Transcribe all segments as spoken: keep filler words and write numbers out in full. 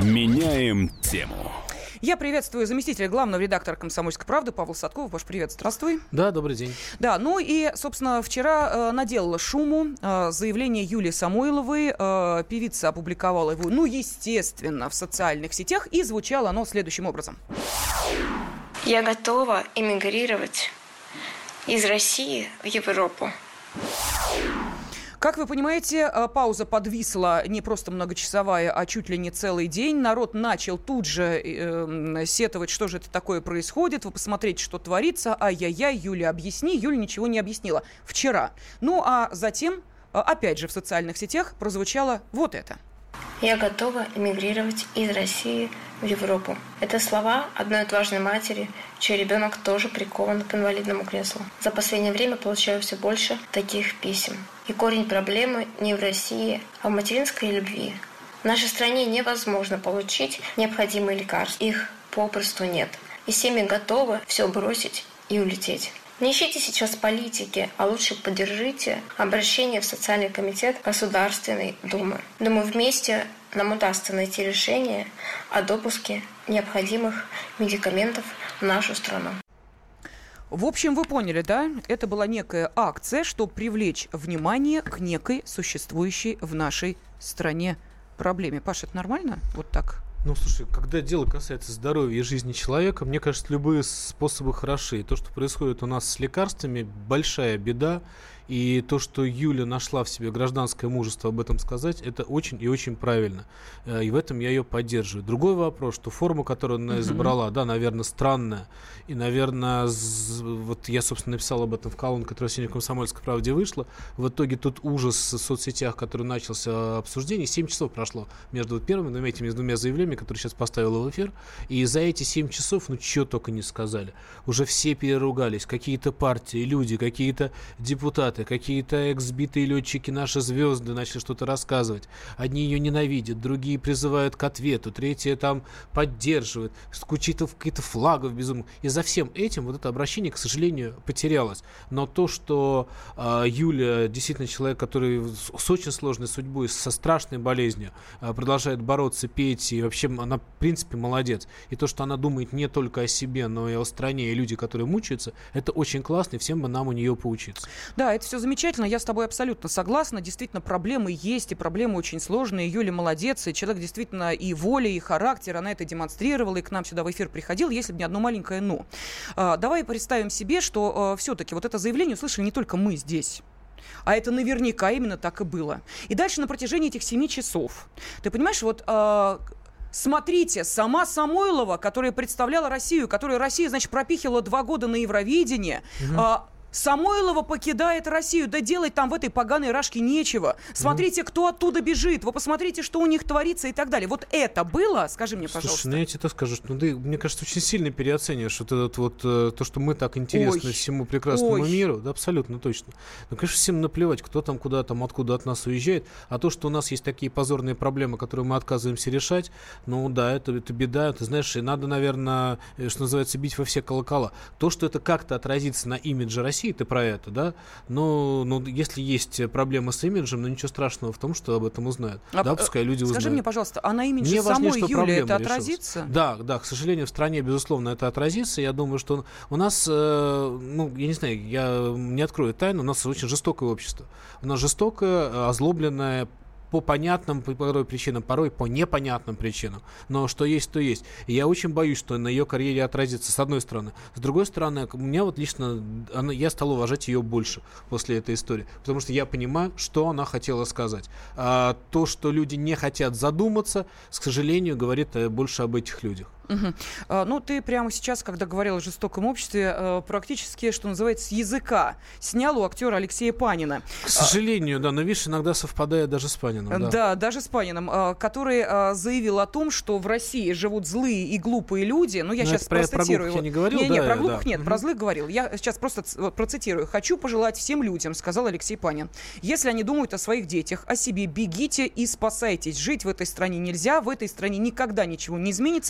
Меняем тему. Я приветствую заместителя главного редактора «Комсомольской правды» Павла Садкова. Паш, привет, здравствуй. Да, добрый день. Да, ну и, собственно, вчера э, наделало шуму э, заявление Юлии Самойловой. Э, певица опубликовала его, ну, естественно, в социальных сетях, и звучало оно следующим образом. Я готова эмигрировать из России в Европу. Как вы понимаете, пауза подвисла не просто многочасовая, а чуть ли не целый день. Народ начал тут же э, сетовать, что же это такое происходит. Вы посмотрите, что творится. Ай-яй-яй, Юля, объясни. Юля ничего не объяснила. Вчера. Ну, а затем, опять же, в социальных сетях прозвучало вот это. Я готова эмигрировать из России в Европу. Это слова одной отважной матери, чей ребенок тоже прикован к инвалидному креслу. За последнее время получаю все больше таких писем. И корень проблемы не в России, а в материнской любви. В нашей стране невозможно получить необходимые лекарства. Их попросту нет. И семьи готовы все бросить и улететь. Не ищите сейчас политики, а лучше поддержите обращение в Социальный комитет Государственной Думы. Думаю, вместе нам удастся найти решение о допуске необходимых медикаментов в нашу страну. В общем, вы поняли, да? Это была некая акция, чтобы привлечь внимание к некой существующей в нашей стране проблеме. Паша, это нормально? Вот так? Ну, слушай, когда дело касается здоровья и жизни человека, мне кажется, любые способы хороши. И то, что происходит у нас с лекарствами, большая беда. И то, что Юля нашла в себе гражданское мужество об этом сказать, это очень и очень правильно. И в этом я ее поддерживаю. Другой вопрос, что форма, которую она избрала, uh-huh. да, наверное, странная. И, наверное, вот я, собственно, написал об этом в колонке, которая сегодня в «Комсомольской правде» вышла. В итоге тут ужас в соцсетях, который начался обсуждение. Семь часов прошло между первыми двумя этими двумя заявлениями, которые сейчас поставила в эфир. И за эти семь часов, ну, чего только не сказали. Уже все переругались. Какие-то партии, люди, какие-то депутаты, какие-то экс-битые летчики, наши звезды начали что-то рассказывать. Одни ее ненавидят, другие призывают к ответу, третьи там поддерживают, куча каких-то флагов безумных. И за всем этим вот это обращение, к сожалению, потерялось. Но то, что э, Юля действительно человек, который с очень сложной судьбой, со страшной болезнью, э, продолжает бороться, петь, и вообще она, в принципе, молодец. И то, что она думает не только о себе, но и о стране, и люди, которые мучаются, это очень классно, и всем бы нам у нее поучиться. Да, это все замечательно, я с тобой абсолютно согласна. Действительно, проблемы есть, и проблемы очень сложные. Юля молодец, и человек действительно и воля, и характер, она это демонстрировала, и к нам сюда в эфир приходил, если бы не одно маленькое «но». А, давай представим себе, что а, все-таки вот это заявление услышали не только мы здесь. А это наверняка именно так и было. И дальше на протяжении этих семи часов. Ты понимаешь, вот... А, смотрите, сама Самойлова, которая представляла Россию, которую Россия, значит, пропихивала два года на Евровидение, угу. а, Самойлова покидает Россию. Да делать там в этой поганой рашке нечего. Смотрите, кто оттуда бежит. Вы посмотрите, что у них творится и так далее. Вот это было? Скажи мне, пожалуйста. Слушай, ну я тебе так скажу, что ну, ты, мне кажется, очень сильно переоцениваешь вот это вот, то, что мы так интересны Ой. всему прекрасному Ой. миру. Да, абсолютно точно. Ну, конечно, всем наплевать, кто там, куда там, откуда от нас уезжает. А то, что у нас есть такие позорные проблемы, которые мы отказываемся решать, ну да, это, это беда. Ты знаешь, и надо, наверное, что называется, бить во все колокола. То, что это как-то отразится на имидже России, ты про это, да? Но, но если есть проблема с имиджем, ну ничего страшного в том, что об этом узнают. А, да, пускай люди узнают. Скажи мне, пожалуйста, а на имидже мне самой важнее, Юли это отразится? Решилась. Да, да, к сожалению, в стране, безусловно, это отразится. Я думаю, что у нас, э, ну, я не знаю, я не открою тайну, у нас очень жестокое общество. У нас жестокое, озлобленное, по понятным по порой причинам, порой по непонятным причинам. Но что есть, то есть. И я очень боюсь, что на ее карьере отразится, с одной стороны. С другой стороны, у меня вот лично, она, я стал уважать ее больше после этой истории. Потому что я понимаю, что она хотела сказать. А то, что люди не хотят задуматься, к сожалению, говорит больше об этих людях. Угу. А, ну, ты прямо сейчас, когда говорил о жестоком обществе, а, практически, что называется, с языка снял у актера Алексея Панина. К сожалению, а, да, но, видишь, иногда совпадает даже с Паниным. Да, да даже с Паниным, а, который а, заявил о том, что в России живут злые и глупые люди. Ну, я но сейчас про, процитирую. Про глупых я не говорил? Не, да, не, про глупых да. нет, угу. про злых говорил. Я сейчас просто процитирую. «Хочу пожелать всем людям, — сказал Алексей Панин, — если они думают о своих детях, о себе, бегите и спасайтесь. Жить в этой стране нельзя, в этой стране никогда ничего не изменится. Как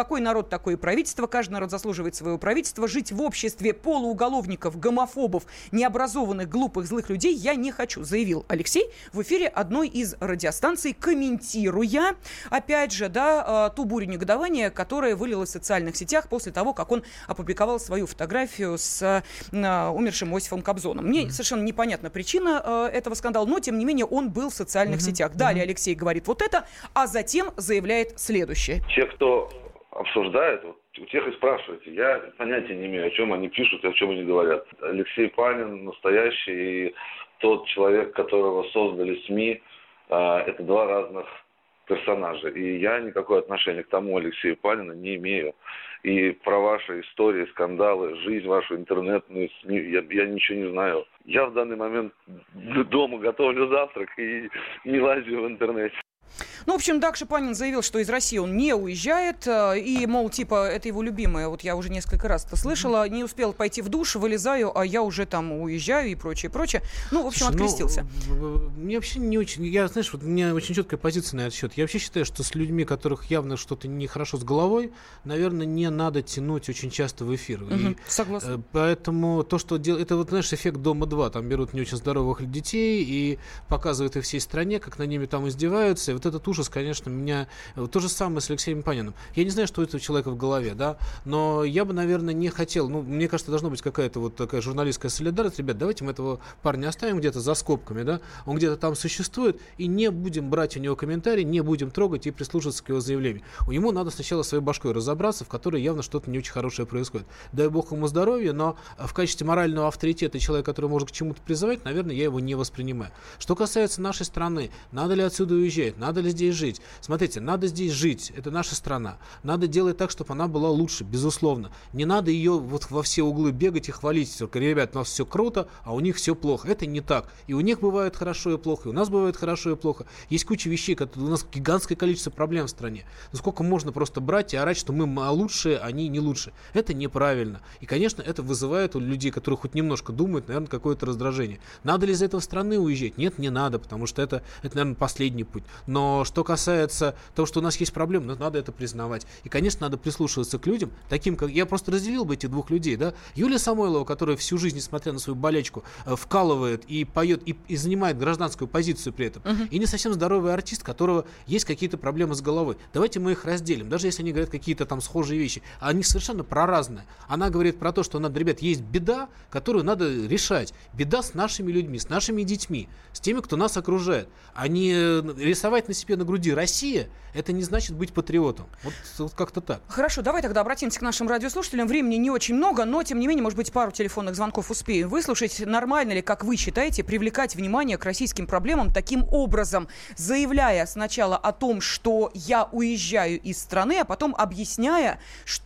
какой народ, такое правительство. Каждый народ заслуживает своего правительства. Жить в обществе полууголовников, гомофобов, необразованных, глупых, злых людей я не хочу, заявил Алексей в эфире одной из радиостанций, комментируя, опять же, да, ту бурю негодования, которая вылилась в социальных сетях после того, как он опубликовал свою фотографию с умершим Осипом Кобзоном. Мне mm-hmm. совершенно непонятна причина этого скандала, но, тем не менее, он был в социальных mm-hmm. сетях. Далее mm-hmm. Алексей говорит вот это, а затем заявляет следующее. Те, кто обсуждает, вот, у тех и спрашивайте. Я понятия не имею, о чем они пишут и о чем они говорят. Алексей Панин настоящий, и тот человек, которого создали СМИ, это два разных персонажа. И я никакого отношения к тому Алексею Панину не имею. И про ваши истории, скандалы, жизнь вашу интернетную, СМИ, я, я ничего не знаю. Я в данный момент дома готовлю завтрак и не лазю в интернете. Ну, в общем, Даг Шипанин заявил, что из России он не уезжает, и, мол, типа, это его любимое, вот я уже несколько раз это слышала, не успел пойти в душ, вылезаю, а я уже там уезжаю и прочее, прочее. Ну, в общем, Слушай, открестился. Ну, мне вообще не очень, я, знаешь, вот у меня очень четкая позиция на этот счет. Я вообще считаю, что с людьми, которых явно что-то нехорошо с головой, наверное, не надо тянуть очень часто в эфир. Угу, и, согласна. Э, поэтому то, что делает, это вот, знаешь, эффект «Дома-два», там берут не очень здоровых детей и показывают их всей стране, как на ними там издеваются, и вот этот ужас, конечно, меня... То же самое с Алексеем Паниным. Я не знаю, что у этого человека в голове, да, но я бы, наверное, не хотел... Ну, мне кажется, должна быть какая-то вот такая журналистская солидарность. Ребят, давайте мы этого парня оставим где-то за скобками, да, он где-то там существует, и не будем брать у него комментарии, не будем трогать и прислушиваться к его заявлениям. У него надо сначала своей башкой разобраться, в которой явно что-то не очень хорошее происходит. Дай бог ему здоровья, но в качестве морального авторитета человека, который может к чему-то призывать, наверное, я его не воспринимаю. Что касается нашей страны, надо ли отсюда уезжать, надо ли здесь жить? Смотрите, надо здесь жить, это наша страна. Надо делать так, чтобы она была лучше, безусловно. Не надо ее вот во все углы бегать и хвалить. Только, ребят, у нас все круто, а у них все плохо. Это не так. И у них бывает хорошо и плохо, и у нас бывает хорошо и плохо. Есть куча вещей, которые, у нас гигантское количество проблем в стране. Но сколько можно просто брать и орать, что мы лучшие, а они не лучше. Это неправильно. И, конечно, это вызывает у людей, которые хоть немножко думают, наверное, какое-то раздражение. Надо ли из этого страны уезжать? Нет, не надо, потому что это, это наверное, последний путь. Но что касается того, что у нас есть проблемы, но надо это признавать. И, конечно, надо прислушиваться к людям, таким, как... Я просто разделил бы этих двух людей, да. Юлия Самойлова, которая всю жизнь, несмотря на свою болячку, вкалывает и поет, и, и занимает гражданскую позицию при этом. Uh-huh. И не совсем здоровый артист, у которого есть какие-то проблемы с головой. Давайте мы их разделим. Даже если они говорят какие-то там схожие вещи, они совершенно проразные. Она говорит про то, что, надо, ребят, есть беда, которую надо решать. Беда с нашими людьми, с нашими детьми, с теми, кто нас окружает. А не рисовать на себе на груди «Россия», это не значит быть патриотом. Вот, вот как-то так. Хорошо, давай тогда обратимся к нашим радиослушателям. Времени не очень много, но, тем не менее, может быть, пару телефонных звонков успеем выслушать. Нормально ли, как вы считаете, привлекать внимание к российским проблемам таким образом, заявляя сначала о том, что я уезжаю из страны, а потом объясняя,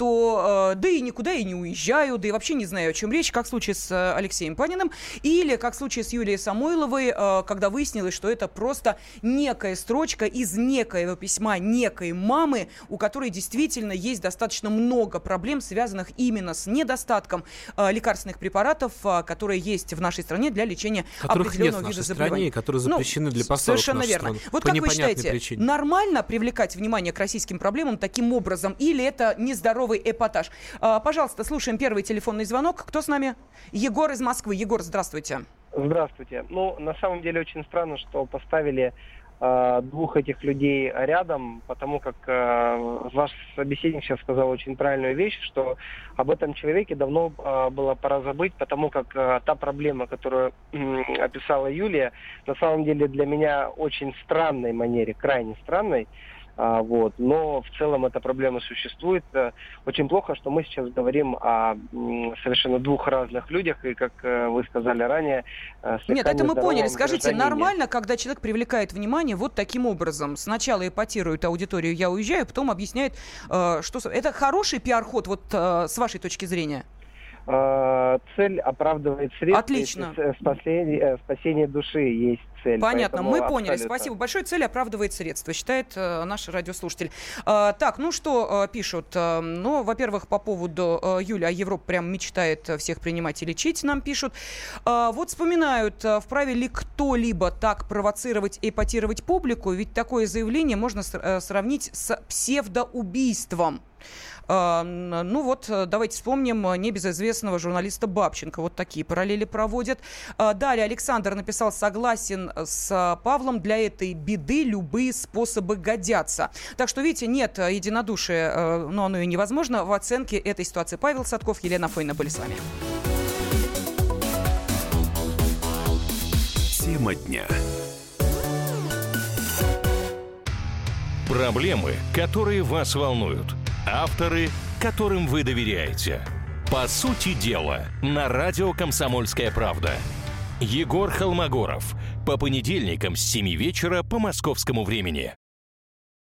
что э, да и никуда я не уезжаю, да и вообще не знаю, о чем речь, как в случае с э, Алексеем Паниным, или как в случае с Юлией Самойловой, э, когда выяснилось, что это просто некая строчка из некоего письма некой мамы, у которой действительно есть достаточно много проблем, связанных именно с недостатком э, лекарственных препаратов, э, которые есть в нашей стране для лечения которых определенного нет вида в нашей заболеваний. Стране, которые запрещены ну, для поставок совершенно в нашу верно. страну. Вот по как вы считаете, причине. Нормально привлекать внимание к российским проблемам таким образом, или это нездоровый эпатаж? Э, пожалуйста, слушаем первый телефонный звонок. Кто с нами? Егор из Москвы. Егор, здравствуйте. Здравствуйте. Ну, на самом деле очень странно, что поставили э, двух этих людей рядом, потому как э, ваш собеседник сейчас сказал очень правильную вещь, что об этом человеке давно э, было пора забыть, потому как э, та проблема, которую э, описала Юлия, на самом деле для меня очень странной манере, крайне странной. А, вот. Но в целом эта проблема существует. Очень плохо, что мы сейчас говорим о м, совершенно двух разных людях, и, как э, вы сказали ранее, э, Нет, это мы поняли. Скажите, нормально, когда человек привлекает внимание вот таким образом? Сначала эпатирует аудиторию «я уезжаю», потом объясняет, э, что... Это хороший пиар-ход вот э, с вашей точки зрения? Цель оправдывает средства. Отлично. Спасение, спасение души есть цель. Понятно, мы поняли. абсолютно. Спасибо большое. Цель оправдывает средства, считает э, наш радиослушатель. Э, так, ну что э, пишут? Э, ну, во-первых, по поводу э, Юли, а Европа прям мечтает всех принимать и лечить, нам пишут. Э, вот вспоминают, э, вправе ли кто-либо так провоцировать и эпатировать публику, ведь такое заявление можно с- э, сравнить с псевдоубийством. Ну вот, давайте вспомним небезызвестного журналиста Бабченко. Вот такие параллели проводят. Далее Александр написал: согласен с Павлом, для этой беды любые способы годятся. Так что, видите, нет единодушия, но оно и невозможно в оценке этой ситуации. Павел Садков, Елена Фойна были с вами. Тема дня. Проблемы, которые вас волнуют. Авторы, которым вы доверяете. По сути дела, на радио «Комсомольская правда». Егор Холмогоров. По понедельникам с семи вечера по московскому времени.